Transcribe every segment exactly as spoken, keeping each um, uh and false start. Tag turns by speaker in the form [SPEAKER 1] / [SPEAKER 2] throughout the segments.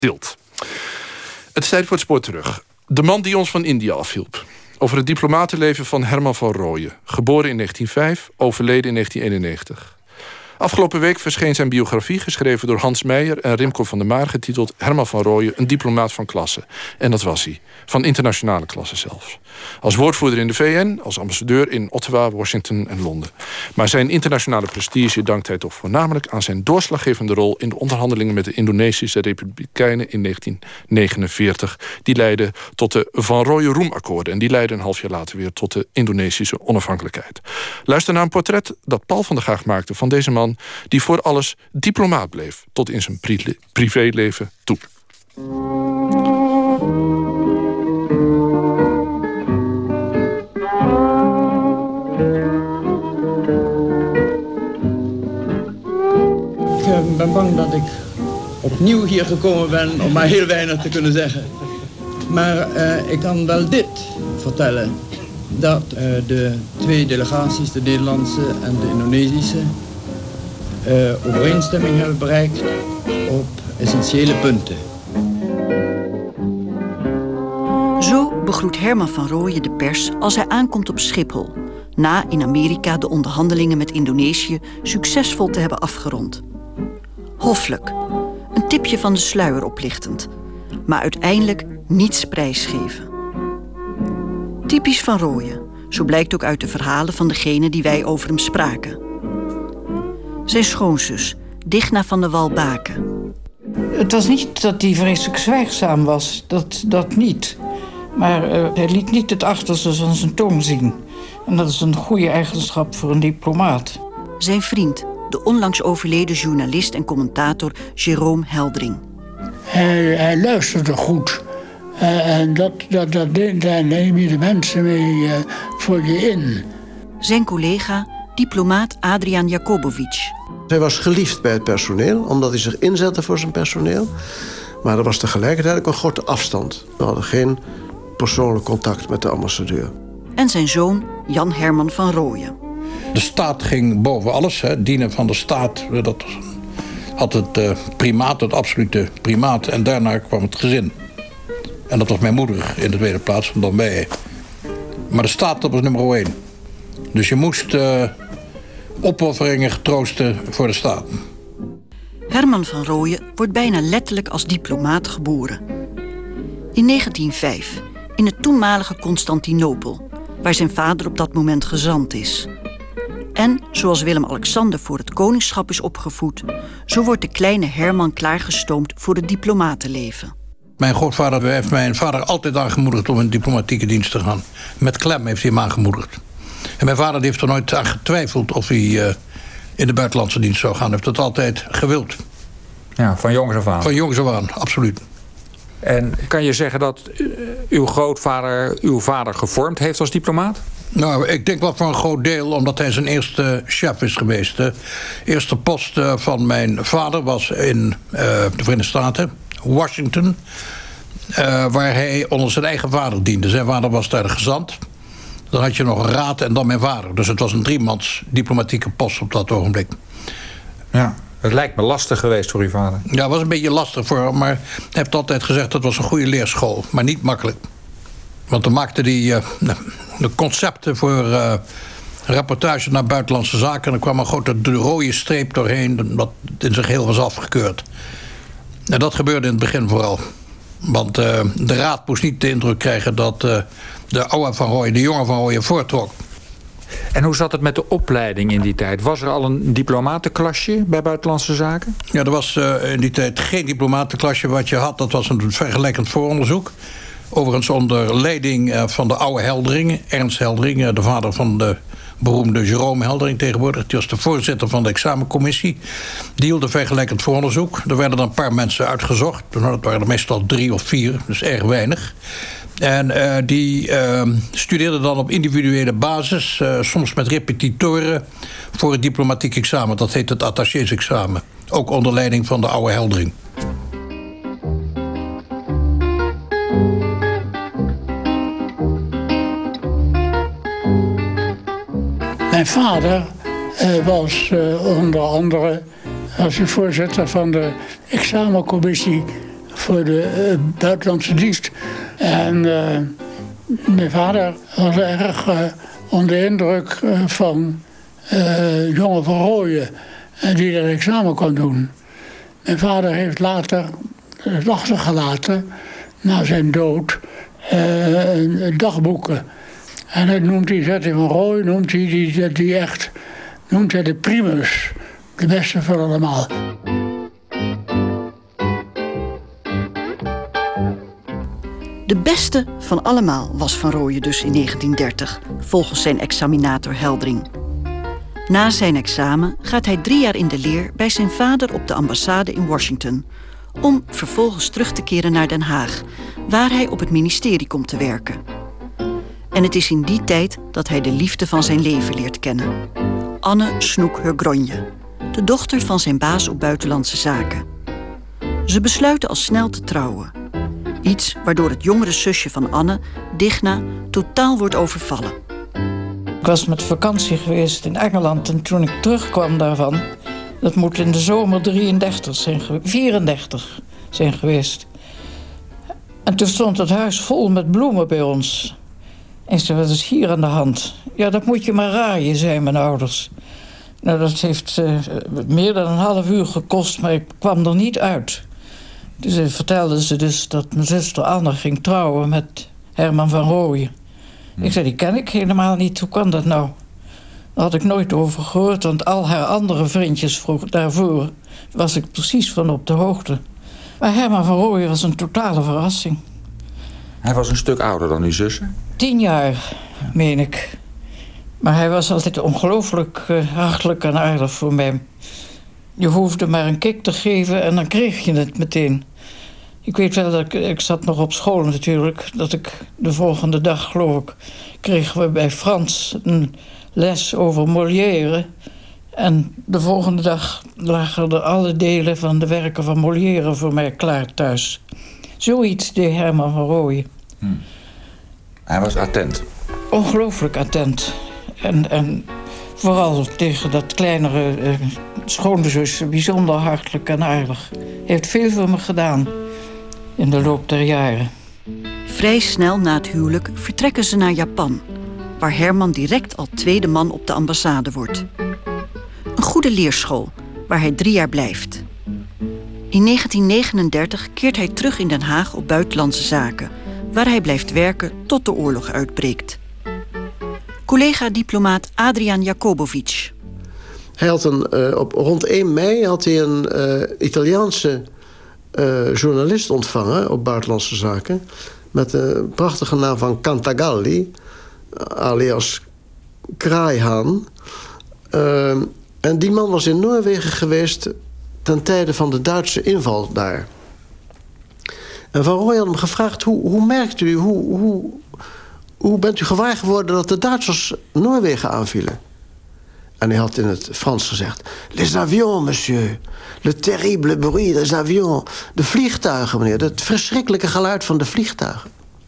[SPEAKER 1] Tilt. Het is tijd voor het spoor terug. De man die ons van India afhielp. Over het diplomatenleven van Herman van Rooyen. Geboren in negentien vijf, overleden in negentien eenennegentig. Afgelopen week verscheen zijn biografie, geschreven door Hans Meijer en Rimco van der Maar, getiteld Herman van Rooyen, een diplomaat van klasse. En dat was hij. Van internationale klasse zelfs. Als woordvoerder in de V N, als ambassadeur in Ottawa, Washington en Londen. Maar zijn internationale prestige dankt hij toch voornamelijk aan zijn doorslaggevende rol in de onderhandelingen met de Indonesische Republikeinen in negentien negenenveertig. Die leidden tot de Van Rooyen-Roemakkoorden en die leidden een half jaar later weer tot de Indonesische onafhankelijkheid. Luister naar een portret dat Paul van der Gaag maakte van deze man die voor alles diplomaat bleef, tot in zijn pri- privéleven toe.
[SPEAKER 2] Ik ben bang dat ik opnieuw hier gekomen ben om maar heel weinig te kunnen zeggen. Maar uh, ik kan wel dit vertellen. Dat uh, de twee delegaties, de Nederlandse en de Indonesische, uh, overeenstemming hebben bereikt op essentiële punten.
[SPEAKER 3] Zo begroet Herman van Rooyen de pers als hij aankomt op Schiphol, na in Amerika de onderhandelingen met Indonesië succesvol te hebben afgerond. Hoffelijk, een tipje van de sluier oplichtend, maar uiteindelijk niets prijsgeven. Typisch Van Rooyen, zo blijkt ook uit de verhalen van degene die wij over hem spraken. Zijn schoonzus, Digna van de Walbaken.
[SPEAKER 4] Het was niet dat hij vreselijk zwijgzaam was, dat, dat niet. Maar uh, hij liet niet het achterste van zijn tong zien. En dat is een goede eigenschap voor een diplomaat.
[SPEAKER 3] Zijn vriend, de onlangs overleden journalist en commentator Jerome Heldring.
[SPEAKER 5] Hij, hij luisterde goed. Uh, en dat, dat, dat, daar neem je de mensen mee uh, voor je in.
[SPEAKER 3] Zijn collega, diplomaat Adrian Jakobovic.
[SPEAKER 6] Hij was geliefd bij het personeel, omdat hij zich inzette voor zijn personeel. Maar er was tegelijkertijd ook een grote afstand. We hadden geen persoonlijk contact met de ambassadeur.
[SPEAKER 3] En zijn zoon Jan Herman van Rooyen.
[SPEAKER 7] De staat ging boven alles. Hè. Dienen van de staat, dat had het uh, primaat, het absolute primaat. En daarna kwam het gezin. En dat was mijn moeder in de tweede plaats, dan wij. Maar de staat, dat was nummer één. Dus je moest uh, opofferingen getroosten voor de staat.
[SPEAKER 3] Herman van Rooyen wordt bijna letterlijk als diplomaat geboren. In negentien vijf, in het toenmalige Constantinopel, waar zijn vader op dat moment gezant is. En, zoals Willem-Alexander voor het koningschap is opgevoed, zo wordt de kleine Herman klaargestoomd voor het diplomatenleven.
[SPEAKER 7] Mijn grootvader heeft mijn vader altijd aangemoedigd om in diplomatieke dienst te gaan. Met klem heeft hij hem aangemoedigd. En mijn vader heeft er nooit aan getwijfeld of hij uh, in de buitenlandse dienst zou gaan. Hij heeft dat altijd gewild.
[SPEAKER 8] Ja, van jongs af aan.
[SPEAKER 7] Van jongs af aan, absoluut.
[SPEAKER 8] En kan je zeggen dat uw grootvader uw vader gevormd heeft als diplomaat?
[SPEAKER 7] Nou, ik denk wel voor een groot deel, omdat hij zijn eerste chef is geweest. De eerste post van mijn vader was in uh, de Verenigde Staten, Washington, uh, waar hij onder zijn eigen vader diende. Zijn vader was daar de gezant. Dan had je nog een raad en dan mijn vader. Dus het was een driemans diplomatieke post op dat ogenblik.
[SPEAKER 8] Ja, het lijkt me lastig geweest voor uw vader.
[SPEAKER 7] Ja, het was een beetje lastig voor hem, maar hij heeft altijd gezegd dat het was een goede leerschool, maar niet makkelijk. Want dan maakte hij uh, de concepten voor uh, rapportage naar buitenlandse zaken. En dan kwam een grote rode streep doorheen, dat in zijn geheel was afgekeurd. En dat gebeurde in het begin vooral. Want uh, de raad moest niet de indruk krijgen dat uh, de oude Van Rooyen, de jonge Van Rooyen, voortrok.
[SPEAKER 8] En hoe zat het met de opleiding in die tijd? Was er al een diplomatenklasje bij buitenlandse zaken?
[SPEAKER 7] Ja, er was uh, in die tijd geen diplomatenklasje. Wat je had, dat was een vergelijkend vooronderzoek. Overigens onder leiding uh, van de oude Heldring, Ernst Heldring, uh, de vader van de beroemde Jerome Heldring tegenwoordig. Die was de voorzitter van de examencommissie. Die hield een vergelijkend vooronderzoek. Er werden dan een paar mensen uitgezocht. Dat waren er meestal drie of vier, dus erg weinig. En uh, die uh, studeerden dan op individuele basis, uh, soms met repetitoren, voor het diplomatiek examen. Dat heet het attachésexamen. Ook onder leiding van de oude Heldring.
[SPEAKER 5] Mijn vader uh, was uh, onder andere als voorzitter van de examencommissie voor de uh, buitenlandse dienst. En uh, mijn vader was erg uh, onder de indruk uh, van uh, jongen van Rooyen, uh, die dat examen kon doen. Mijn vader heeft later het achtergelaten, na zijn dood, uh, dagboeken. En dat noemt hij, zet hij van Rooyen, noemt hij die, die echt, noemt hij de primus, de beste van allemaal.
[SPEAKER 3] De beste van allemaal was Van Rooyen dus in negentien dertig, volgens zijn examinator Heldring. Na zijn examen gaat hij drie jaar in de leer bij zijn vader op de ambassade in Washington, om vervolgens terug te keren naar Den Haag, waar hij op het ministerie komt te werken. En het is in die tijd dat hij de liefde van zijn leven leert kennen. Anne Snoek-Hurgronje, de dochter van zijn baas op buitenlandse zaken. Ze besluiten al snel te trouwen. Iets waardoor het jongere zusje van Anne, Digna, totaal wordt overvallen.
[SPEAKER 4] Ik was met vakantie geweest in Engeland en toen ik terugkwam daarvan, dat moet in de zomer drieëndertig zijn, vierendertig zijn geweest. En toen stond het huis vol met bloemen bij ons. En ik zei, wat is hier aan de hand? Ja, dat moet je maar raaien, zeiden mijn ouders. Nou, dat heeft uh, meer dan een half uur gekost, maar ik kwam er niet uit. Dus vertelden ze dus dat mijn zuster Anne ging trouwen met Herman van Rooyen. Hm. Ik zei, die ken ik helemaal niet. Hoe kan dat nou? Daar had ik nooit over gehoord, want al haar andere vriendjes vroeg, daarvoor was ik precies van op de hoogte. Maar Herman van Rooyen was een totale verrassing.
[SPEAKER 8] Hij was een stuk ouder dan uw zuster?
[SPEAKER 4] Tien jaar, meen ik. Maar hij was altijd ongelooflijk uh, hartelijk en aardig voor mij. Je hoefde maar een kick te geven en dan kreeg je het meteen. Ik weet wel, dat ik, ik zat nog op school natuurlijk, dat ik de volgende dag, geloof ik, kregen we bij Frans een les over Molière. En de volgende dag lagen er alle delen van de werken van Molière voor mij klaar thuis. Zoiets deed Herman van Rooyen.
[SPEAKER 8] Hmm. Hij was attent.
[SPEAKER 4] Ongelooflijk attent. En, en vooral tegen dat kleinere uh, schoonzus, bijzonder hartelijk en aardig. Heeft veel voor me gedaan in de loop der jaren.
[SPEAKER 3] Vrij snel na het huwelijk vertrekken ze naar Japan, waar Herman direct al tweede man op de ambassade wordt. Een goede leerschool, waar hij drie jaar blijft. In negentien negenendertig keert hij terug in Den Haag op buitenlandse zaken, waar hij blijft werken tot de oorlog uitbreekt. Collega-diplomaat Adrian Jacobovic.
[SPEAKER 6] Hij had een, uh, op, rond één mei had hij een uh, Italiaanse uh, journalist ontvangen op buitenlandse zaken, met een prachtige naam van Cantagalli, alias Kraaihaan. Uh, en die man was in Noorwegen geweest ten tijde van de Duitse inval daar. En Van Rooyen had hem gevraagd, hoe, hoe merkt u, hoe, hoe, hoe bent u gewaar geworden dat de Duitsers Noorwegen aanvielen? En hij had in het Frans gezegd, les avions, monsieur. Le terrible bruit des avions. De vliegtuigen, meneer. Het verschrikkelijke geluid van de vliegtuigen.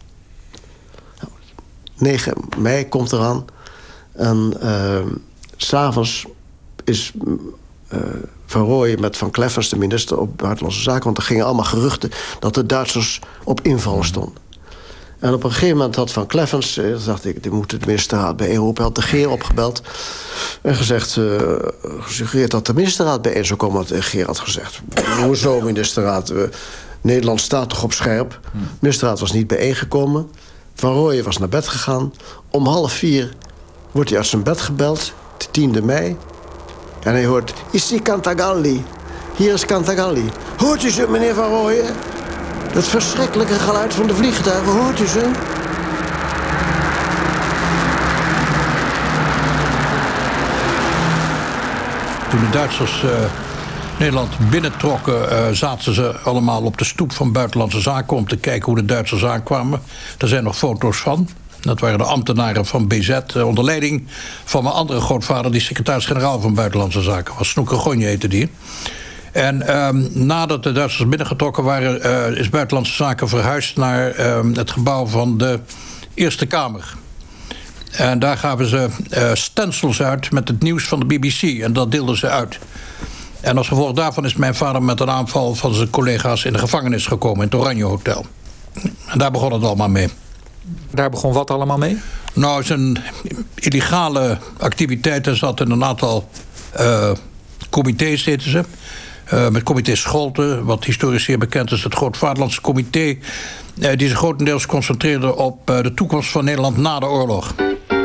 [SPEAKER 6] negen mei komt eraan. En uh, 's avonds is uh, Van Rooyen met Van Kleffers, de minister op Buitenlandse Zaken, want er gingen allemaal geruchten dat de Duitsers op invallen stonden. En op een gegeven moment had Van Kleffens, eh, dacht ik, die moet de ministerraad bijeenroepen. Hij had de Geer opgebeld en gezegd, uh, gesuggereerd dat de ministerraad bijeen zou komen. Want de Geer had gezegd, hoezo ministerraad? Uh, Nederland staat toch op scherp? De ministerraad was niet bijeengekomen. Van Rooyen was naar bed gegaan. Om half vier wordt hij uit zijn bed gebeld, de tiende mei. En hij hoort, ici Cantagalli. Hier is Cantagalli. Hoort u ze, meneer Van Rooyen? Dat verschrikkelijke geluid van de vliegtuigen, hoort u ze?
[SPEAKER 7] Toen de Duitsers uh, Nederland binnentrokken, uh, zaten ze allemaal op de stoep van Buitenlandse Zaken om te kijken hoe de Duitsers aankwamen. Daar zijn nog foto's van. Dat waren de ambtenaren van B Z, uh, onder leiding van mijn andere grootvader, die secretaris-generaal van Buitenlandse Zaken was. Snoek-Hurgronje heette die. En um, nadat de Duitsers binnengetrokken waren, uh, is Buitenlandse Zaken verhuisd naar uh, het gebouw van de Eerste Kamer. En daar gaven ze uh, stencils uit met het nieuws van de B B C. En dat deelden ze uit. En als gevolg daarvan is mijn vader met een aanval van zijn collega's in de gevangenis gekomen, in het Oranje Hotel. En daar begon het allemaal mee.
[SPEAKER 8] Daar begon wat allemaal mee?
[SPEAKER 7] Nou, zijn illegale activiteiten zaten in een aantal uh, comité's, heten ze. Uh, met comité Scholten, wat historisch zeer bekend is, het Groot Vaderlandse Comité, uh, die zich grotendeels concentreerde op uh, de toekomst van Nederland na de oorlog.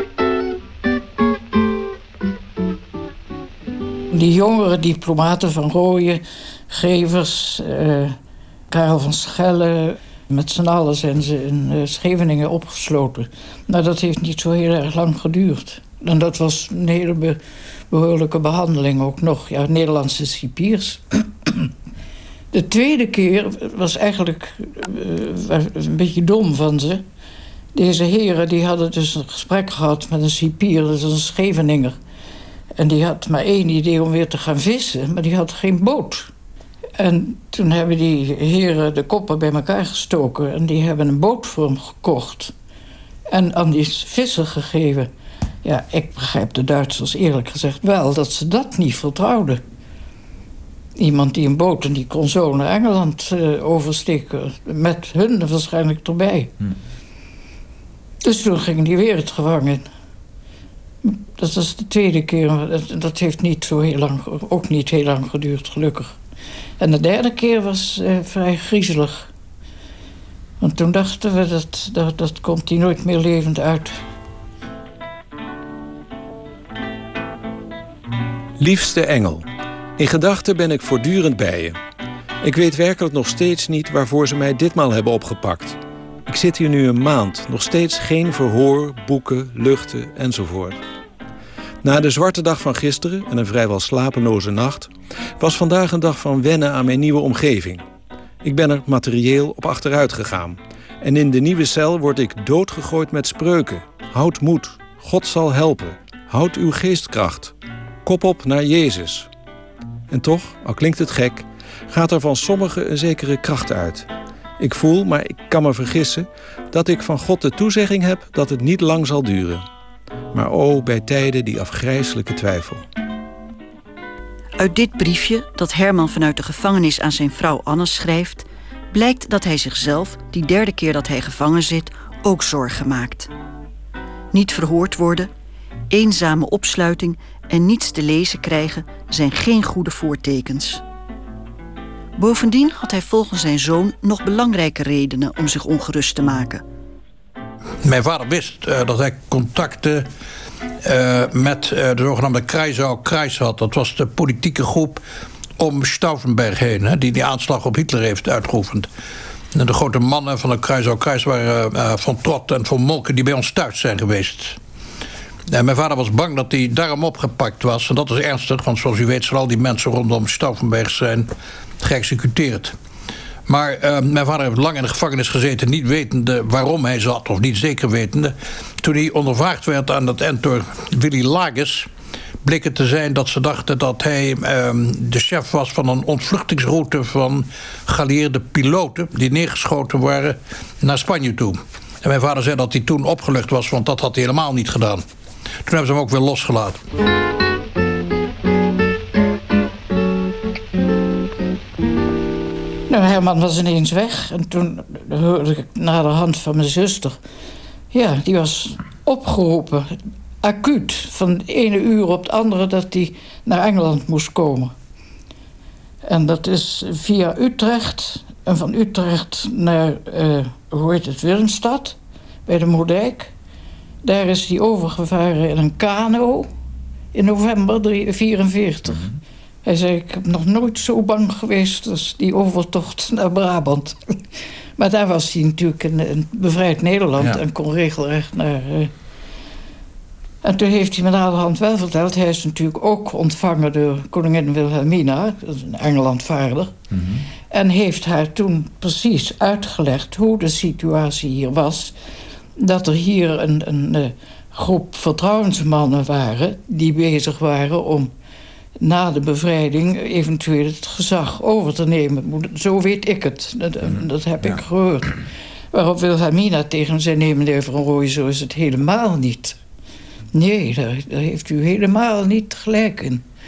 [SPEAKER 4] Die jongere diplomaten van Rooyen, Gevers, uh, Karel van Schelle, met z'n allen zijn ze in uh, Scheveningen opgesloten. Nou, dat heeft niet zo heel erg lang geduurd. En dat was een hele be- behoorlijke behandeling ook nog. Ja, Nederlandse cipiers. De tweede keer was eigenlijk uh, een beetje dom van ze. Deze heren die hadden dus een gesprek gehad met een cipier, dat is een Scheveninger. En die had maar één idee om weer te gaan vissen, maar die had geen boot. En toen hebben die heren de koppen bij elkaar gestoken en die hebben een boot voor hem gekocht. En aan die visser gegeven. Ja, ik begrijp de Duitsers eerlijk gezegd wel dat ze dat niet vertrouwden. Iemand die een boot en die kon zo naar Engeland uh, oversteken. Met hun waarschijnlijk erbij. Hm. Dus toen ging die weer het gevangen in. Dat is de tweede keer. Dat, dat heeft niet zo heel lang, ook niet heel lang geduurd, gelukkig. En de derde keer was uh, vrij griezelig. Want toen dachten we, dat, dat, dat komt hij nooit meer levend uit.
[SPEAKER 9] Liefste engel, in gedachten ben ik voortdurend bij je. Ik weet werkelijk nog steeds niet waarvoor ze mij ditmaal hebben opgepakt. Ik zit hier nu een maand, nog steeds geen verhoor, boeken, luchten enzovoort. Na de zwarte dag van gisteren en een vrijwel slapeloze nacht was vandaag een dag van wennen aan mijn nieuwe omgeving. Ik ben er materieel op achteruit gegaan. En in de nieuwe cel word ik doodgegooid met spreuken. Houd moed, God zal helpen. Houd uw geestkracht. Kop op naar Jezus. En toch, al klinkt het gek, gaat er van sommigen een zekere kracht uit. Ik voel, maar ik kan me vergissen, dat ik van God de toezegging heb dat het niet lang zal duren. Maar o, bij tijden die afgrijselijke twijfel.
[SPEAKER 3] Uit dit briefje, dat Herman vanuit de gevangenis aan zijn vrouw Anne schrijft, blijkt dat hij zichzelf, die derde keer dat hij gevangen zit, ook zorgen maakt. Niet verhoord worden, eenzame opsluiting en niets te lezen krijgen zijn geen goede voortekens. Bovendien had hij volgens zijn zoon nog belangrijke redenen om zich ongerust te maken.
[SPEAKER 7] Mijn vader wist uh, dat hij contacten uh, met uh, de zogenaamde Kreisau-Kreis had. Dat was de politieke groep om Stauffenberg heen, hè, die die aanslag op Hitler heeft uitgeoefend. En de grote mannen van de Kreisau-Kreis waren uh, Van Trott en Van Molken, die bij ons thuis zijn geweest. En mijn vader was bang dat hij daarom opgepakt was. En dat is ernstig, want zoals u weet zijn al die mensen rondom Stauffenberg zijn geëxecuteerd. Maar uh, mijn vader heeft lang in de gevangenis gezeten, niet wetende waarom hij zat, of niet zeker wetende. Toen hij ondervraagd werd aan het eind door Willy Lages, bleek het te zijn dat ze dachten dat hij uh, de chef was van een ontvluchtingsroute van geallieerde piloten die neergeschoten waren naar Spanje toe. En mijn vader zei dat hij toen opgelucht was, want dat had hij helemaal niet gedaan. Toen hebben ze hem ook weer losgelaten.
[SPEAKER 4] Nou, Herman was ineens weg. En toen hoorde ik naderhand van mijn zuster. Ja, die was opgeroepen. Acuut. Van het ene uur op het andere dat hij naar Engeland moest komen. En dat is via Utrecht. En van Utrecht naar, uh, hoe heet het, Willemstad. Bij de Moerdijk. Daar is hij overgevaren in een kano. In november vierenveertig. Mm-hmm. Hij zei, ik heb nog nooit zo bang geweest als die overtocht naar Brabant. Maar daar was hij natuurlijk in, in bevrijd Nederland, ja, en kon regelrecht naar... Uh... En toen heeft hij me naderhand wel verteld, hij is natuurlijk ook ontvangen door koningin Wilhelmina, dat is een Engelandvaarder. Mm-hmm. En heeft haar toen precies uitgelegd hoe de situatie hier was. Dat er hier een, een, een groep vertrouwensmannen waren die bezig waren om na de bevrijding eventueel het gezag over te nemen. Zo weet ik het. Dat, dat heb ja. ik gehoord. Waarop Wilhelmina tegen hem zei, nee, meneer Van Rooyen, zo is het helemaal niet. Nee, daar, daar heeft u helemaal niet gelijk in.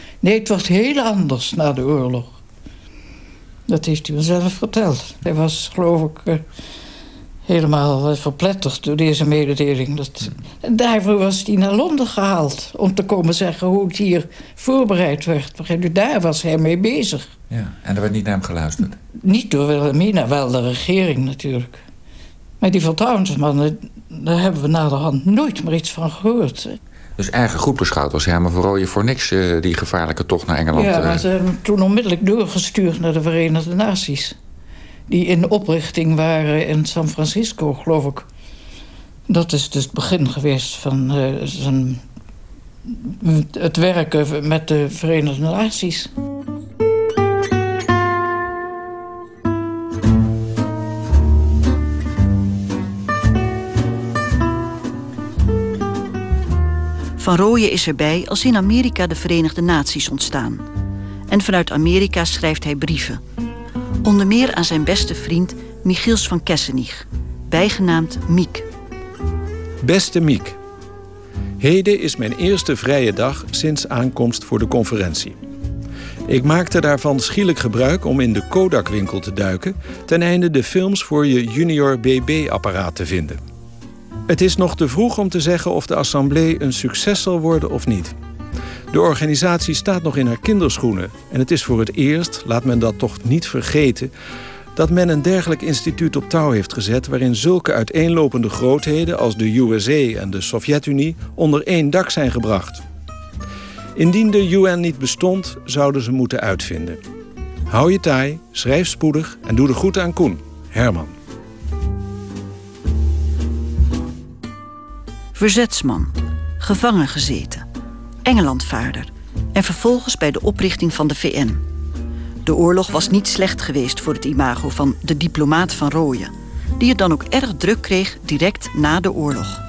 [SPEAKER 4] Nee, het was heel anders na de oorlog. Dat heeft hij me zelf verteld. Hij was, geloof ik, uh, helemaal uh, verpletterd door deze mededeling. Dat... En daarvoor was hij naar Londen gehaald. Om te komen zeggen hoe het hier voorbereid werd. Daar was hij mee bezig.
[SPEAKER 8] Ja, en er werd niet naar hem geluisterd?
[SPEAKER 4] Niet door Wilhelmina, wel de regering natuurlijk. Maar die vertrouwensmannen, daar hebben we naderhand nooit meer iets van gehoord.
[SPEAKER 8] Dus erg goed beschouwd was Herman van Rooyen voor niks uh, die gevaarlijke tocht naar Engeland.
[SPEAKER 4] Ja, maar ze hebben hem toen onmiddellijk doorgestuurd naar de Verenigde Naties. Die in oprichting waren in San Francisco, geloof ik. Dat is dus het begin geweest van uh, zijn, het werken met de Verenigde Naties.
[SPEAKER 3] Van Rooyen is erbij als in Amerika de Verenigde Naties ontstaan. En vanuit Amerika schrijft hij brieven. Onder meer aan zijn beste vriend Michiels van Kessenich, bijgenaamd Miek.
[SPEAKER 9] Beste Miek, heden is mijn eerste vrije dag sinds aankomst voor de conferentie. Ik maakte daarvan schielijk gebruik om in de Kodak-winkel te duiken, ten einde de films voor je Junior B B-apparaat te vinden. Het is nog te vroeg om te zeggen of de assemblée een succes zal worden of niet. De organisatie staat nog in haar kinderschoenen en het is voor het eerst, laat men dat toch niet vergeten, dat men een dergelijk instituut op touw heeft gezet waarin zulke uiteenlopende grootheden als de U S A en de Sovjet-Unie onder één dak zijn gebracht. Indien de U N niet bestond, zouden ze moeten uitvinden. Hou je taai, schrijf spoedig en doe de groeten aan Koen, Herman.
[SPEAKER 3] Verzetsman, gevangen gezeten, Engelandvaarder en vervolgens bij de oprichting van de V N. De oorlog was niet slecht geweest voor het imago van de diplomaat Van Rooyen, die het dan ook erg druk kreeg direct na de oorlog.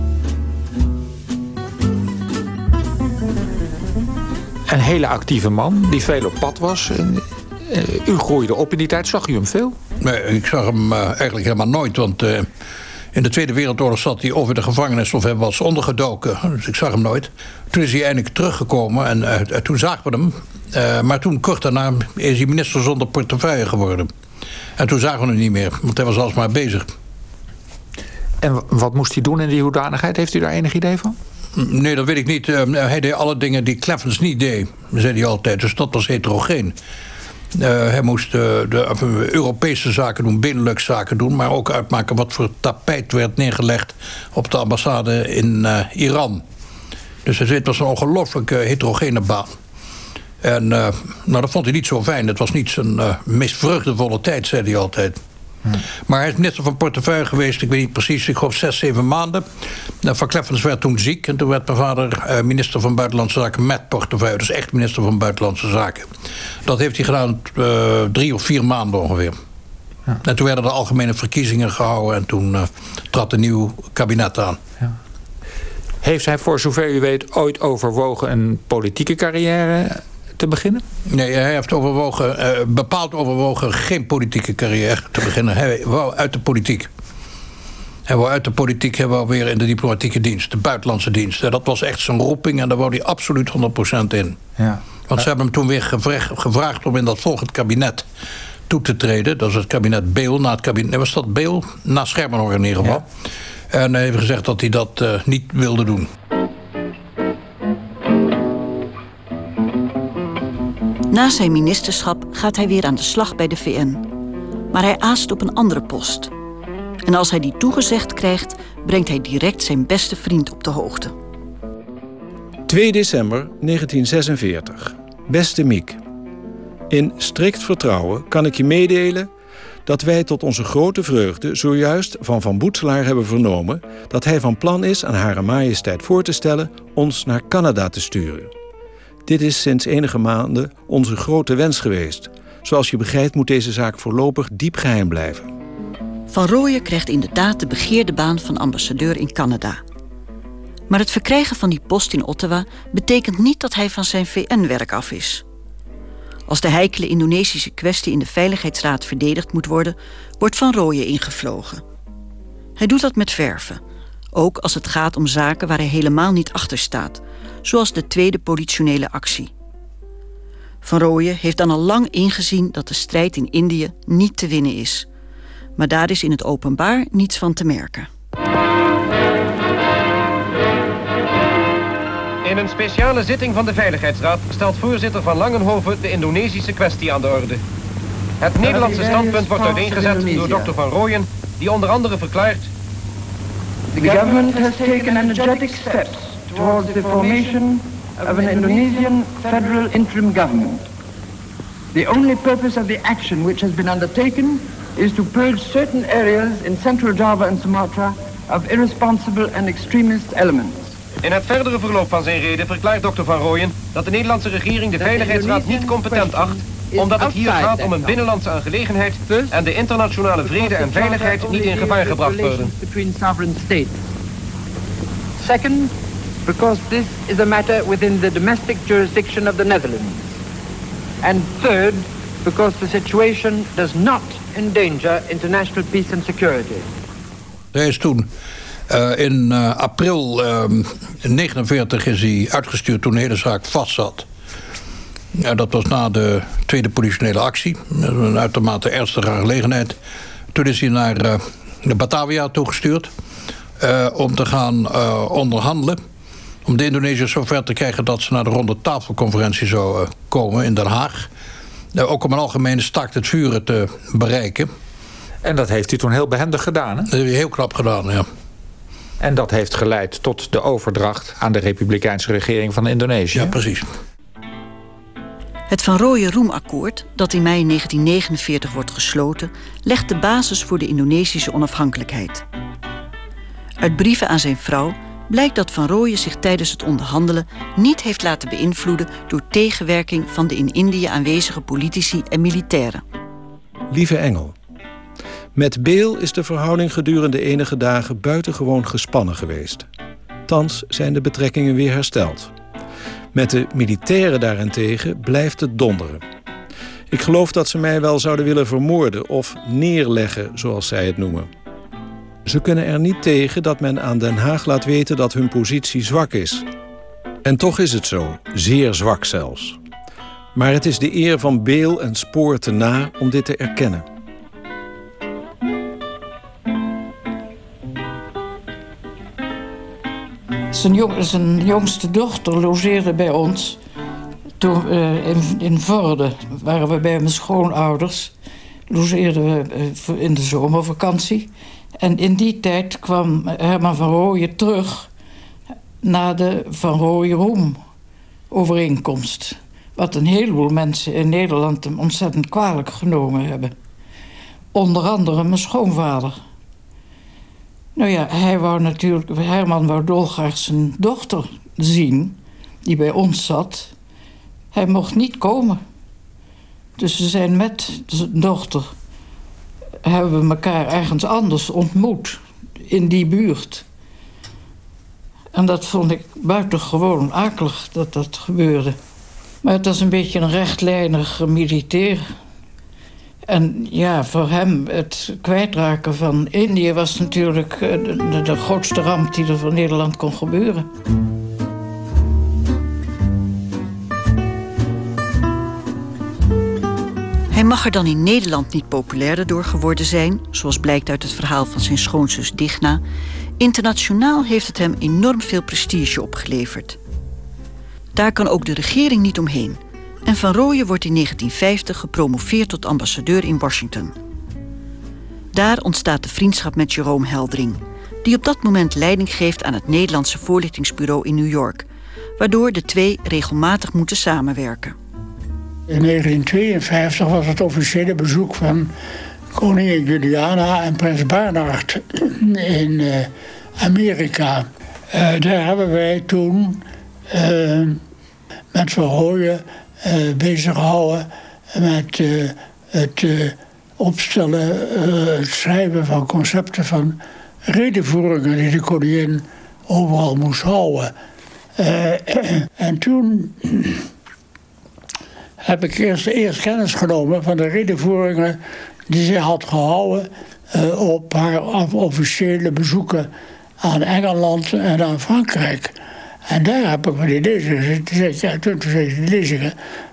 [SPEAKER 8] Een hele actieve man die veel op pad was. U groeide op in die tijd, zag u hem veel?
[SPEAKER 7] Nee, ik zag hem uh, eigenlijk helemaal nooit, want uh, in de Tweede Wereldoorlog zat hij over de gevangenis of hij was ondergedoken. Dus ik zag hem nooit. Toen is hij eindelijk teruggekomen en uh, toen zagen we hem. Uh, maar toen, kort daarna, is hij minister zonder portefeuille geworden. En toen zagen we hem niet meer, want hij was alsmaar bezig.
[SPEAKER 8] En wat moest hij doen in die hoedanigheid? Heeft u daar enig idee van?
[SPEAKER 7] Nee, dat weet ik niet. Uh, hij deed alle dingen die Kleffens niet deed, zei hij altijd. Dus dat was heterogeen. Uh, hij moest uh, de uh, Europese zaken doen, Benelux-zaken doen, maar ook uitmaken wat voor tapijt werd neergelegd op de ambassade in uh, Iran. Dus het was een ongelooflijk uh, heterogene baan. En uh, nou, dat vond hij niet zo fijn. Het was niet zijn uh, meest vreugdevolle tijd, zei hij altijd. Hmm. Maar hij is minister van portefeuille geweest, ik weet niet precies, ik geloof zes, zeven maanden. Van Kleffens werd toen ziek en toen werd mijn vader uh, minister van Buitenlandse Zaken met portefeuille. Dus echt minister van Buitenlandse Zaken. Dat heeft hij gedaan uh, drie of vier maanden ongeveer. Ja. En toen werden de algemene verkiezingen gehouden en toen uh, trad een nieuw kabinet aan.
[SPEAKER 8] Ja. Heeft hij voor zover u weet ooit overwogen een politieke carrière te beginnen?
[SPEAKER 7] Nee, hij heeft overwogen, uh, bepaald overwogen geen politieke carrière te beginnen. Hij wou uit de politiek. Hij wou uit de politiek, hij wou weer in de diplomatieke dienst, de buitenlandse dienst. Dat was echt zijn roeping en daar wou hij absoluut honderd procent in. Ja. Want ze hebben hem toen weer gevraagd, gevraagd om in dat volgend kabinet toe te treden. Dat is het kabinet Beel, na het kabinet, nee, was dat Beel? Na Schermerhorn in ieder geval. Ja. En hij heeft gezegd dat hij dat uh, niet wilde doen.
[SPEAKER 3] Na zijn ministerschap gaat hij weer aan de slag bij de V N. Maar hij aast op een andere post. En als hij die toegezegd krijgt, brengt hij direct zijn beste vriend op de hoogte.
[SPEAKER 9] twee december negentien zesenveertig. Beste Miek. In strikt vertrouwen kan ik je meedelen dat wij tot onze grote vreugde zojuist van Van Boetselaar hebben vernomen dat hij van plan is aan Hare Majesteit voor te stellen ons naar Canada te sturen. Dit is sinds enige maanden onze grote wens geweest. Zoals je begrijpt moet deze zaak voorlopig diep geheim blijven.
[SPEAKER 3] Van Rooyen krijgt inderdaad de begeerde baan van ambassadeur in Canada. Maar het verkrijgen van die post in Ottawa betekent niet dat hij van zijn V N-werk af is. Als de heikele Indonesische kwestie in de Veiligheidsraad verdedigd moet worden, wordt Van Rooyen ingevlogen. Hij doet dat met verve, ook als het gaat om zaken waar hij helemaal niet achter staat, zoals de tweede politionele actie. Van Rooyen heeft dan al lang ingezien dat de strijd in Indië niet te winnen is. Maar daar is in het openbaar niets van te merken.
[SPEAKER 10] In een speciale zitting van de Veiligheidsraad stelt voorzitter Van Langenhoven de Indonesische kwestie aan de orde. Het Nederlandse standpunt wordt uiteengezet door dokter Van Rooyen, die onder andere verklaart:
[SPEAKER 2] The government has taken energetic steps towards the formation of an Indonesian federal interim government. The only purpose of the action which has been undertaken is to purge certain areas in Central Java and Sumatra of irresponsible and extremist elements.
[SPEAKER 10] In het verdere verloop van zijn reden verklaart dokter Van Rooyen dat de Nederlandse regering de Veiligheidsraad niet competent acht, omdat het hier gaat om een binnenlandse aangelegenheid en de internationale vrede en veiligheid niet in gevaar gebracht worden.
[SPEAKER 2] Second, because this is a matter within the domestic jurisdiction of the Netherlands. And third, because the situation does not endanger international peace and security.
[SPEAKER 7] Hij is toen uh, in uh, april uh, negenenveertig is hij uitgestuurd toen de hele zaak vastzat. Ja, dat was na de tweede politionele actie. Een uitermate ernstige aangelegenheid. Toen is hij naar uh, de Batavia toegestuurd uh, om te gaan uh, onderhandelen. Om de Indonesiërs zover te krijgen dat ze naar de ronde tafelconferentie zou uh, komen in Den Haag. Uh, ook om een algemene stakt het vuren te bereiken.
[SPEAKER 8] En dat heeft hij toen heel behendig gedaan, hè?
[SPEAKER 7] Dat heeft hij heel knap gedaan, ja.
[SPEAKER 8] En dat heeft geleid tot de overdracht aan de Republikeinse regering van Indonesië.
[SPEAKER 7] Ja, precies.
[SPEAKER 3] Het Van Rooyen-Roemakkoord, dat in mei negentien negenenveertig wordt gesloten, legt de basis voor de Indonesische onafhankelijkheid. Uit brieven aan zijn vrouw blijkt dat Van Rooyen zich tijdens het onderhandelen niet heeft laten beïnvloeden door tegenwerking van de in Indië aanwezige politici en militairen.
[SPEAKER 9] Lieve Engel, met Beel is de verhouding gedurende enige dagen buitengewoon gespannen geweest. Thans zijn de betrekkingen weer hersteld. Met de militairen daarentegen blijft het donderen. Ik geloof dat ze mij wel zouden willen vermoorden of neerleggen, zoals zij het noemen. Ze kunnen er niet tegen dat men aan Den Haag laat weten dat hun positie zwak is. En toch is het zo, zeer zwak zelfs. Maar het is de eer van Beel en Spoor te na om dit te erkennen.
[SPEAKER 4] Zijn, jong, zijn jongste dochter logeerde bij ons. Toen, uh, in, in Vorden waren we bij mijn schoonouders. Logeerden we uh, in de zomervakantie. En in die tijd kwam Herman van Rooyen terug na de Van Rooyen-Roem-overeenkomst. Wat een heleboel mensen in Nederland hem ontzettend kwalijk genomen hebben. Onder andere mijn schoonvader. Nou ja, hij wou natuurlijk, Herman wou dolgraag zijn dochter zien, die bij ons zat. Hij mocht niet komen. Dus we zijn met zijn dochter, hebben we elkaar ergens anders ontmoet, in die buurt. En dat vond ik buitengewoon akelig dat dat gebeurde. Maar het was een beetje een rechtlijnig militair. En ja, voor hem het kwijtraken van Indië was natuurlijk de, de, de grootste ramp die er voor Nederland kon gebeuren.
[SPEAKER 3] Hij mag er dan in Nederland niet populairder door geworden zijn, zoals blijkt uit het verhaal van zijn schoonzus Digna. Internationaal heeft het hem enorm veel prestige opgeleverd. Daar kan ook de regering niet omheen. En Van Rooyen wordt in negentien vijftig gepromoveerd tot ambassadeur in Washington. Daar ontstaat de vriendschap met Jerome Heldring, die op dat moment leiding geeft aan het Nederlandse voorlichtingsbureau in New York, waardoor de twee regelmatig moeten samenwerken.
[SPEAKER 5] In negentien tweeënvijftig was het officiële bezoek van koningin Juliana en prins Bernhard in uh, Amerika. Uh, daar hebben wij toen uh, met Van Rooyen uh, bezig gehouden met uh, het uh, opstellen, uh, het schrijven van concepten van redevoeringen die de koningin overal moest houden. Uh, en toen heb ik eerst, eerst kennis genomen van de redevoeringen die zij had gehouden uh, op haar officiële bezoeken aan Engeland en aan Frankrijk. En daar heb ik me die lezingen, ja, toen zei ik die lezingen,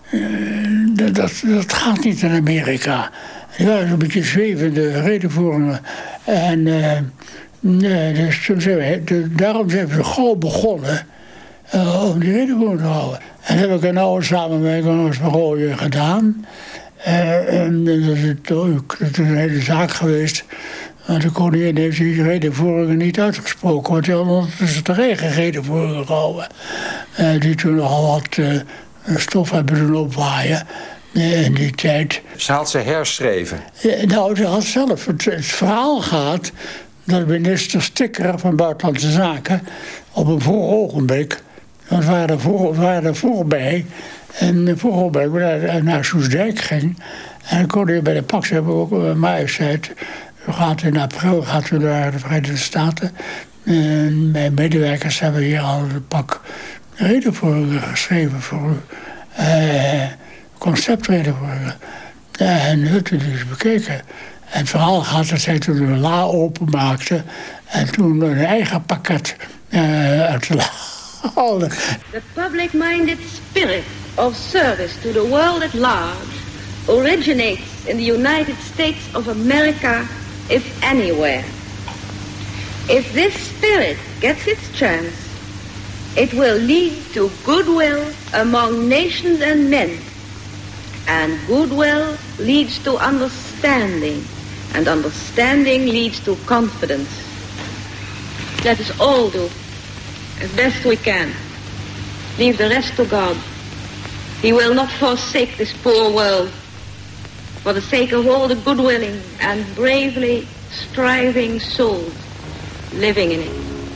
[SPEAKER 5] uh, dat, dat, dat gaat niet in Amerika. Die waren zo'n beetje zwevende redenvoeringen. En uh, nee, dus toen zijn we, de, daarom zijn we zo gauw begonnen uh, om die redenvoering te houden. En dat heb ik een oude samenwerking met Rooyen gedaan. Uh, en dat is, ook, dat is een hele zaak geweest. Want de koningin heeft die redenvoeringen niet uitgesproken. Want die hadden ondertussen de eigen redenvoeringen gehouden. Uh, die toen nogal wat uh, stof hebben doen opwaaien. Uh, in die tijd.
[SPEAKER 8] Ze had ze herschreven?
[SPEAKER 5] Uh, nou, ze had zelf. Het, het verhaal gaat dat minister Stikker van Buitenlandse Zaken op een vroeg ogenblik. Want we waren er, voor, we waren er voorbij. En voorbij naar, naar Soesdijk ging. En dan kon je bij de Pax hebben we ook een majesteit. We gaan in april gaat u naar de Verenigde Staten. En mijn medewerkers hebben hier al een pak redenvoeringen geschreven voor u. Uh, conceptredenvoeringen. En u hebt u dus bekeken. En het verhaal gaat dat zij toen een la openmaakte. En toen een eigen pakket uh, uit de la haalde.
[SPEAKER 11] The public-minded spirit of service to the world at large originates in the United States of America, if anywhere. If this spirit gets its chance, it will lead to goodwill among nations and men. And goodwill leads to understanding. And understanding leads to confidence. Let us all do as best we can. Leave the rest to God. He will not forsake this poor world for the sake of all the good-willing and bravely striving souls living in it.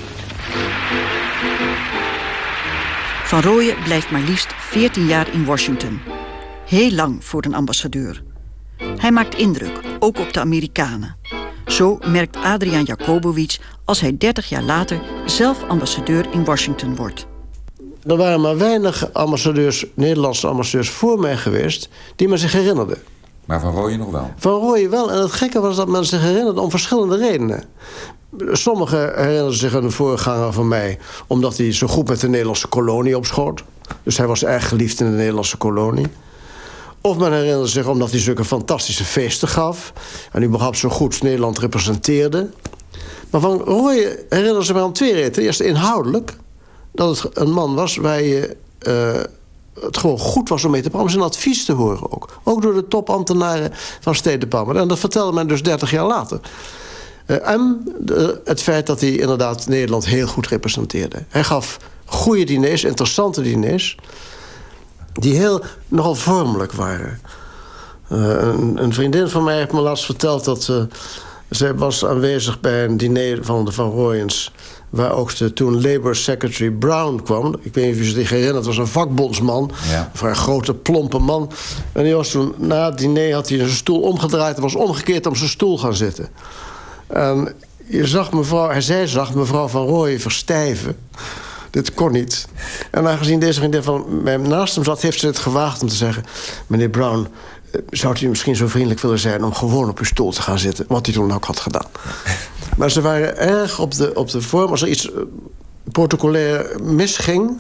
[SPEAKER 3] Van Rooyen blijft maar liefst veertien jaar in Washington. Heel lang voor een ambassadeur. Hij maakt indruk, ook op de Amerikanen. Zo merkt Adriaan Jakobowicz als hij dertig jaar later zelf ambassadeur in Washington wordt.
[SPEAKER 6] Er waren maar weinig ambassadeurs, Nederlandse ambassadeurs voor mij geweest die me zich herinnerden.
[SPEAKER 12] Maar Van Rooyen nog wel?
[SPEAKER 6] Van Rooyen wel. En het gekke was dat men zich herinnerde om verschillende redenen. Sommigen herinnerden zich een voorganger van mij omdat hij zo goed met de Nederlandse kolonie opschoot. Dus hij was erg geliefd in de Nederlandse kolonie. Of men herinnerde zich omdat hij zulke fantastische feesten gaf en überhaupt zo goed Nederland representeerde. Maar Van Rooyen herinnerde zich mij om twee redenen. Eerst inhoudelijk, dat het een man was waar je uh, het gewoon goed was om mee te praten, om zijn advies te horen ook. Ook door de topambtenaren van State Department. En dat vertelde men dus dertig jaar later. Uh, en de, het feit dat hij inderdaad Nederland heel goed representeerde. Hij gaf goede diners, interessante diners, die heel nogal vormelijk waren. Uh, een, een vriendin van mij heeft me laatst verteld dat uh, zij was aanwezig bij een diner van de Van Rooyens, waar ook de toen Labour Secretary Brown kwam. Ik weet niet of je zich herinnert, het was een vakbondsman. Ja. Een vrij grote, plompe man. En die was toen, na het diner had hij zijn stoel omgedraaid en was omgekeerd om zijn stoel gaan zitten. En je zag mevrouw, hij zei zag mevrouw Van Rooyen verstijven. Dit kon niet. En aangezien deze vriendin van mij naast hem zat, heeft ze het gewaagd om te zeggen: meneer Brown, zou u misschien zo vriendelijk willen zijn om gewoon op uw stoel te gaan zitten? Wat hij toen ook had gedaan. Maar ze waren erg op de, op de vorm. Als er iets protocolair misging,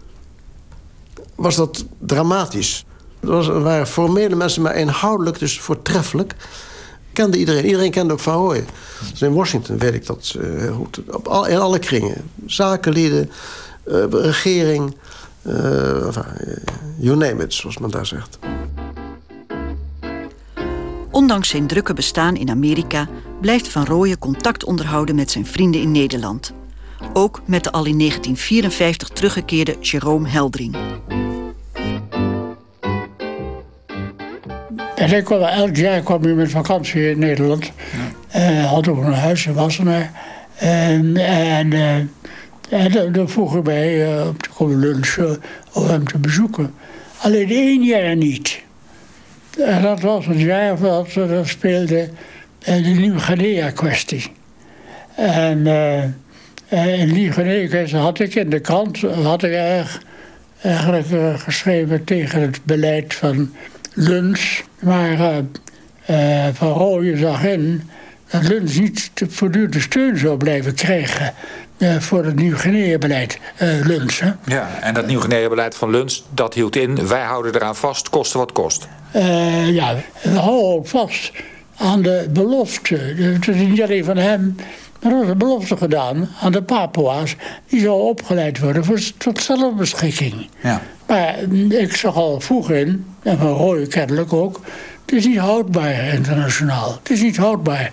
[SPEAKER 6] was dat dramatisch. Er, was, er waren formele mensen, maar inhoudelijk dus voortreffelijk. Kende iedereen. Iedereen kende ook Van Rooyen. Dus in Washington weet ik dat uh, heel goed. Op al, in alle kringen. Zakenlieden, uh, regering, uh, you name it, zoals men daar zegt.
[SPEAKER 3] Ondanks zijn drukke bestaan in Amerika blijft Van Rooyen contact onderhouden met zijn vrienden in Nederland. Ook met de al in negentien vierenvijftig teruggekeerde Jerome Heldring.
[SPEAKER 5] En ik kwam, elk jaar kwam hij met vakantie in Nederland. Ja. Uh, had ook een huis in Wassenaar. En, en, uh, en dan, dan vroeg ik mij uh, om te komen lunchen om hem te bezoeken. Alleen één jaar niet. En dat was het jaar dat er speelde uh, de Nieuw-Guinea-kwestie. En uh, uh, in Nieuw-Guinea-kwestie had ik in de krant had ik erg, eigenlijk uh, geschreven tegen het beleid van Luns. Maar uh, uh, Van Rooyen zag in dat Luns niet voortdurend de steun zou blijven krijgen uh, voor het Nieuw-Guinea-beleid uh, Luns. Hè?
[SPEAKER 8] Ja, en dat Nieuw-Guinea-beleid van Luns, dat hield in, wij houden eraan vast, koste wat kost.
[SPEAKER 5] Uh, ja, we houden ook vast aan de belofte. Het is niet alleen van hem, maar er was een belofte gedaan aan de Papua's. Die zou opgeleid worden voor, tot zelfbeschikking. Ja. Maar ik zag al vroeg in, en van Rooij kennelijk ook, het is niet houdbaar internationaal. Het is niet houdbaar.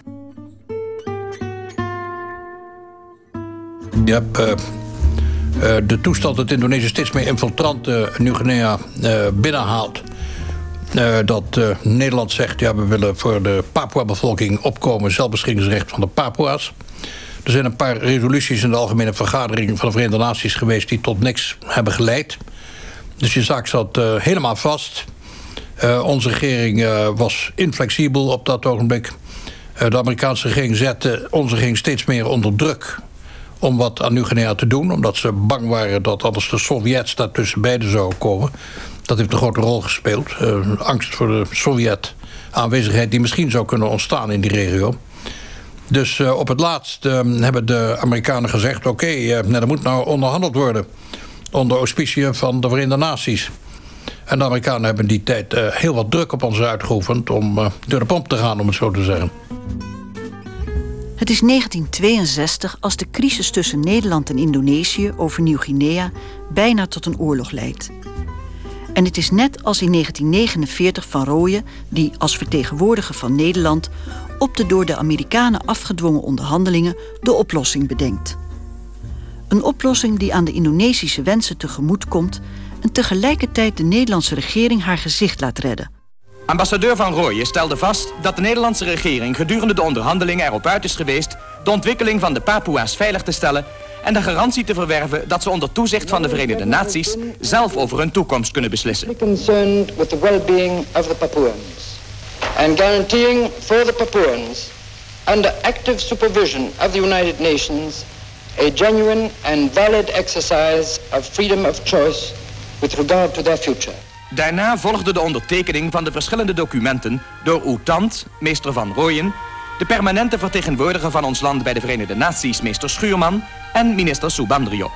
[SPEAKER 7] Je hebt uh, uh, de toestand dat Indonesië steeds meer infiltranten Nieuw-Guinea uh, binnenhaalt. Uh, dat uh, Nederland zegt, ja, we willen voor de Papua-bevolking opkomen, zelfbeschikkingsrecht van de Papua's. Er zijn een paar resoluties in de Algemene Vergadering van de Verenigde Naties geweest die tot niks hebben geleid. Dus je zaak zat uh, helemaal vast. Uh, onze regering uh, was inflexibel op dat ogenblik. Uh, de Amerikaanse regering zette onze regering steeds meer onder druk om wat aan Nieuw-Guinea te doen, omdat ze bang waren dat anders de Sovjets daar tussen beiden zouden komen. Dat heeft een grote rol gespeeld. Uh, angst voor de Sovjet-aanwezigheid die misschien zou kunnen ontstaan in die regio. Dus uh, op het laatst uh, hebben de Amerikanen gezegd, oké, okay, uh, nou, er moet nou onderhandeld worden onder auspiciën van de Verenigde Naties. En de Amerikanen hebben in die tijd uh, heel wat druk op ons uitgeoefend om uh, door de pomp te gaan, om het zo te zeggen.
[SPEAKER 3] Het is negentien tweeënzestig als de crisis tussen Nederland en Indonesië over Nieuw-Guinea bijna tot een oorlog leidt. En het is net als in negentien negenenveertig Van Rooyen, die als vertegenwoordiger van Nederland op de door de Amerikanen afgedwongen onderhandelingen de oplossing bedenkt. Een oplossing die aan de Indonesische wensen tegemoet komt en tegelijkertijd de Nederlandse regering haar gezicht laat redden.
[SPEAKER 12] Ambassadeur Van Rooyen stelde vast dat de Nederlandse regering gedurende de onderhandelingen erop uit is geweest de ontwikkeling van de Papua's veilig te stellen en de garantie te verwerven dat ze onder toezicht van de Verenigde Naties zelf over hun toekomst kunnen beslissen.
[SPEAKER 13] Concerned with the well-being of the Papuans and guaranteeing for the Papuans under active supervision of the United Nations a genuine and valid exercise of freedom of choice with regard to their future.
[SPEAKER 12] Daarna volgde de ondertekening van de verschillende documenten door uw tand, meester Van Rooyen, de permanente vertegenwoordiger van ons land bij de Verenigde Naties, meester Schuurman, en minister Subandrio.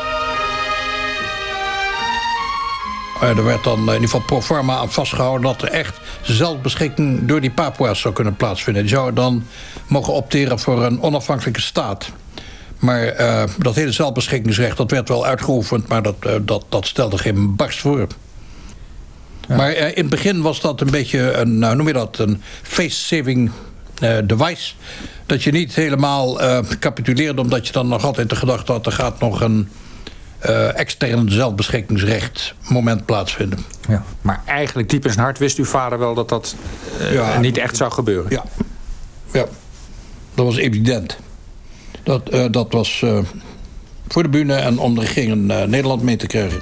[SPEAKER 7] Er werd dan in ieder geval pro forma aan vastgehouden dat er echt zelfbeschikking door die Papua's zou kunnen plaatsvinden. Die zouden dan mogen opteren voor een onafhankelijke staat. Maar uh, dat hele zelfbeschikkingsrecht, dat werd wel uitgeoefend, maar dat, uh, dat, dat stelde geen barst voor. Ja. Maar uh, in het begin was dat een beetje een, nou, noem je dat, een face-saving uh, device. Dat je niet helemaal uh, capituleerde, omdat je dan nog altijd de gedachte had, er gaat nog een uh, extern zelfbeschikkingsrecht moment plaatsvinden.
[SPEAKER 8] Ja. Maar eigenlijk diep in zijn hart wist uw vader wel dat dat uh, ja, niet echt zou gebeuren.
[SPEAKER 7] Ja, ja. Dat was evident. Dat, uh, dat was uh, voor de bühne en om de regering uh, Nederland mee te krijgen.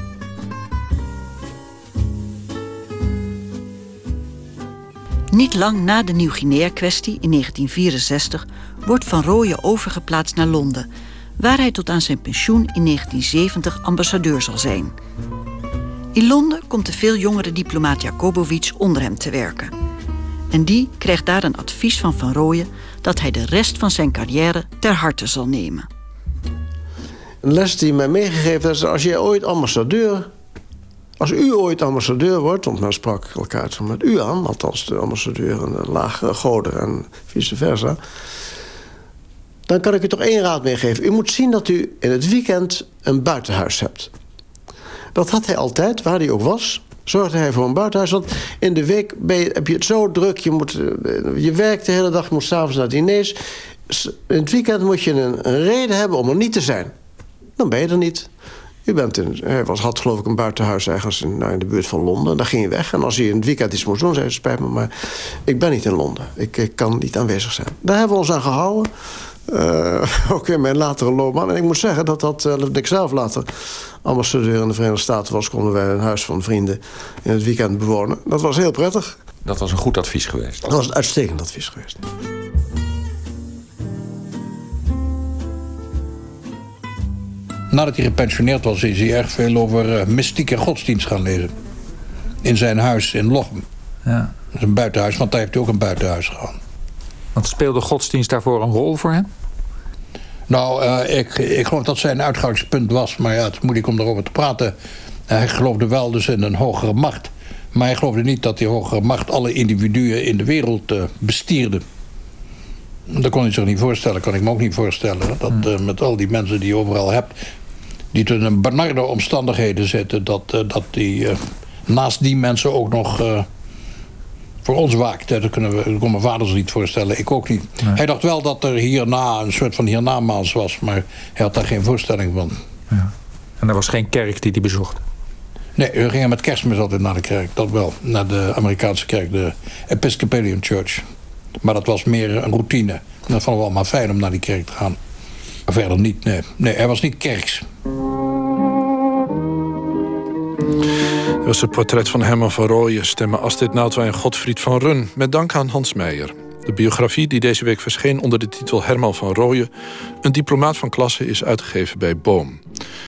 [SPEAKER 3] Niet lang na de Nieuw-Guinea-kwestie in negentien vierenzestig wordt Van Rooyen overgeplaatst naar Londen, waar hij tot aan zijn pensioen in negentien zeventig ambassadeur zal zijn. In Londen komt de veel jongere diplomaat Jacobovic onder hem te werken. En die krijgt daar een advies van Van Rooyen dat hij de rest van zijn carrière ter harte zal nemen.
[SPEAKER 6] Een les die mij meegegeven is, als jij ooit ambassadeur... Als u ooit ambassadeur wordt, want men sprak elkaar toen met u aan, althans de ambassadeur en de lage goder en vice versa, dan kan ik u toch één raad meegeven. U moet zien dat u in het weekend een buitenhuis hebt. Dat had hij altijd, waar hij ook was. Zorgde hij voor een buitenhuis, want in de week ben je, heb je het zo druk. Je, moet, je werkt de hele dag, je moet s'avonds naar diners. In het weekend moet je een, een reden hebben om er niet te zijn. Dan ben je er niet. U bent in, hij was, had geloof ik een buitenhuis ergens in, nou, in de buurt van Londen. Daar ging je weg. En als hij in het weekend iets moest doen, zei hij, spijt me, maar ik ben niet in Londen. Ik, ik kan niet aanwezig zijn. Daar hebben we ons aan gehouden. Uh, ook in mijn latere loopbaan. En ik moet zeggen dat dat, uh, dat ik zelf later ambassadeur in de Verenigde Staten was, konden wij een huis van vrienden in het weekend bewonen. Dat was heel prettig.
[SPEAKER 8] Dat was een goed advies geweest.
[SPEAKER 6] Dat was een uitstekend advies geweest.
[SPEAKER 7] Nadat hij gepensioneerd was, is hij erg veel over uh, mystiek en godsdienst gaan lezen. In zijn huis in Lochem. Ja. Dat is een buitenhuis, want daar heeft hij ook een buitenhuis gehad.
[SPEAKER 8] Want speelde godsdienst daarvoor een rol voor hem?
[SPEAKER 7] Nou, uh, ik, ik geloof dat zijn uitgangspunt was. Maar ja, het is moeilijk om daarover te praten. Hij geloofde wel dus in een hogere macht. Maar hij geloofde niet dat die hogere macht alle individuen in de wereld uh, bestierde. Dat kon hij zich niet voorstellen, kan ik me ook niet voorstellen. Dat uh, met al die mensen die je overal hebt, die tot in benarde omstandigheden zitten, dat, uh, dat die uh, naast die mensen ook nog uh, voor ons waakt. Dat kunnen we, dat kon mijn vader zich niet voorstellen, ik ook niet. Nee. Hij dacht wel dat er hierna een soort van hiernamaals was, maar hij had daar geen voorstelling van.
[SPEAKER 8] Ja. En er was geen kerk die hij bezocht?
[SPEAKER 7] Nee, we gingen met Kerstmis altijd naar de kerk, dat wel. Naar de Amerikaanse kerk, de Episcopalian Church. Maar dat was meer een routine. Dat vonden we allemaal fijn om naar die kerk te gaan. Maar verder niet, nee. Nee, hij was niet kerks.
[SPEAKER 1] Dat was het portret van Herman van Rooyen, stemmen Astrid Naaldwijn en Godfried van Run. Met dank aan Hans Meijer. De biografie die deze week verscheen onder de titel Herman van Rooyen, een diplomaat van klasse, is uitgegeven bij Boom.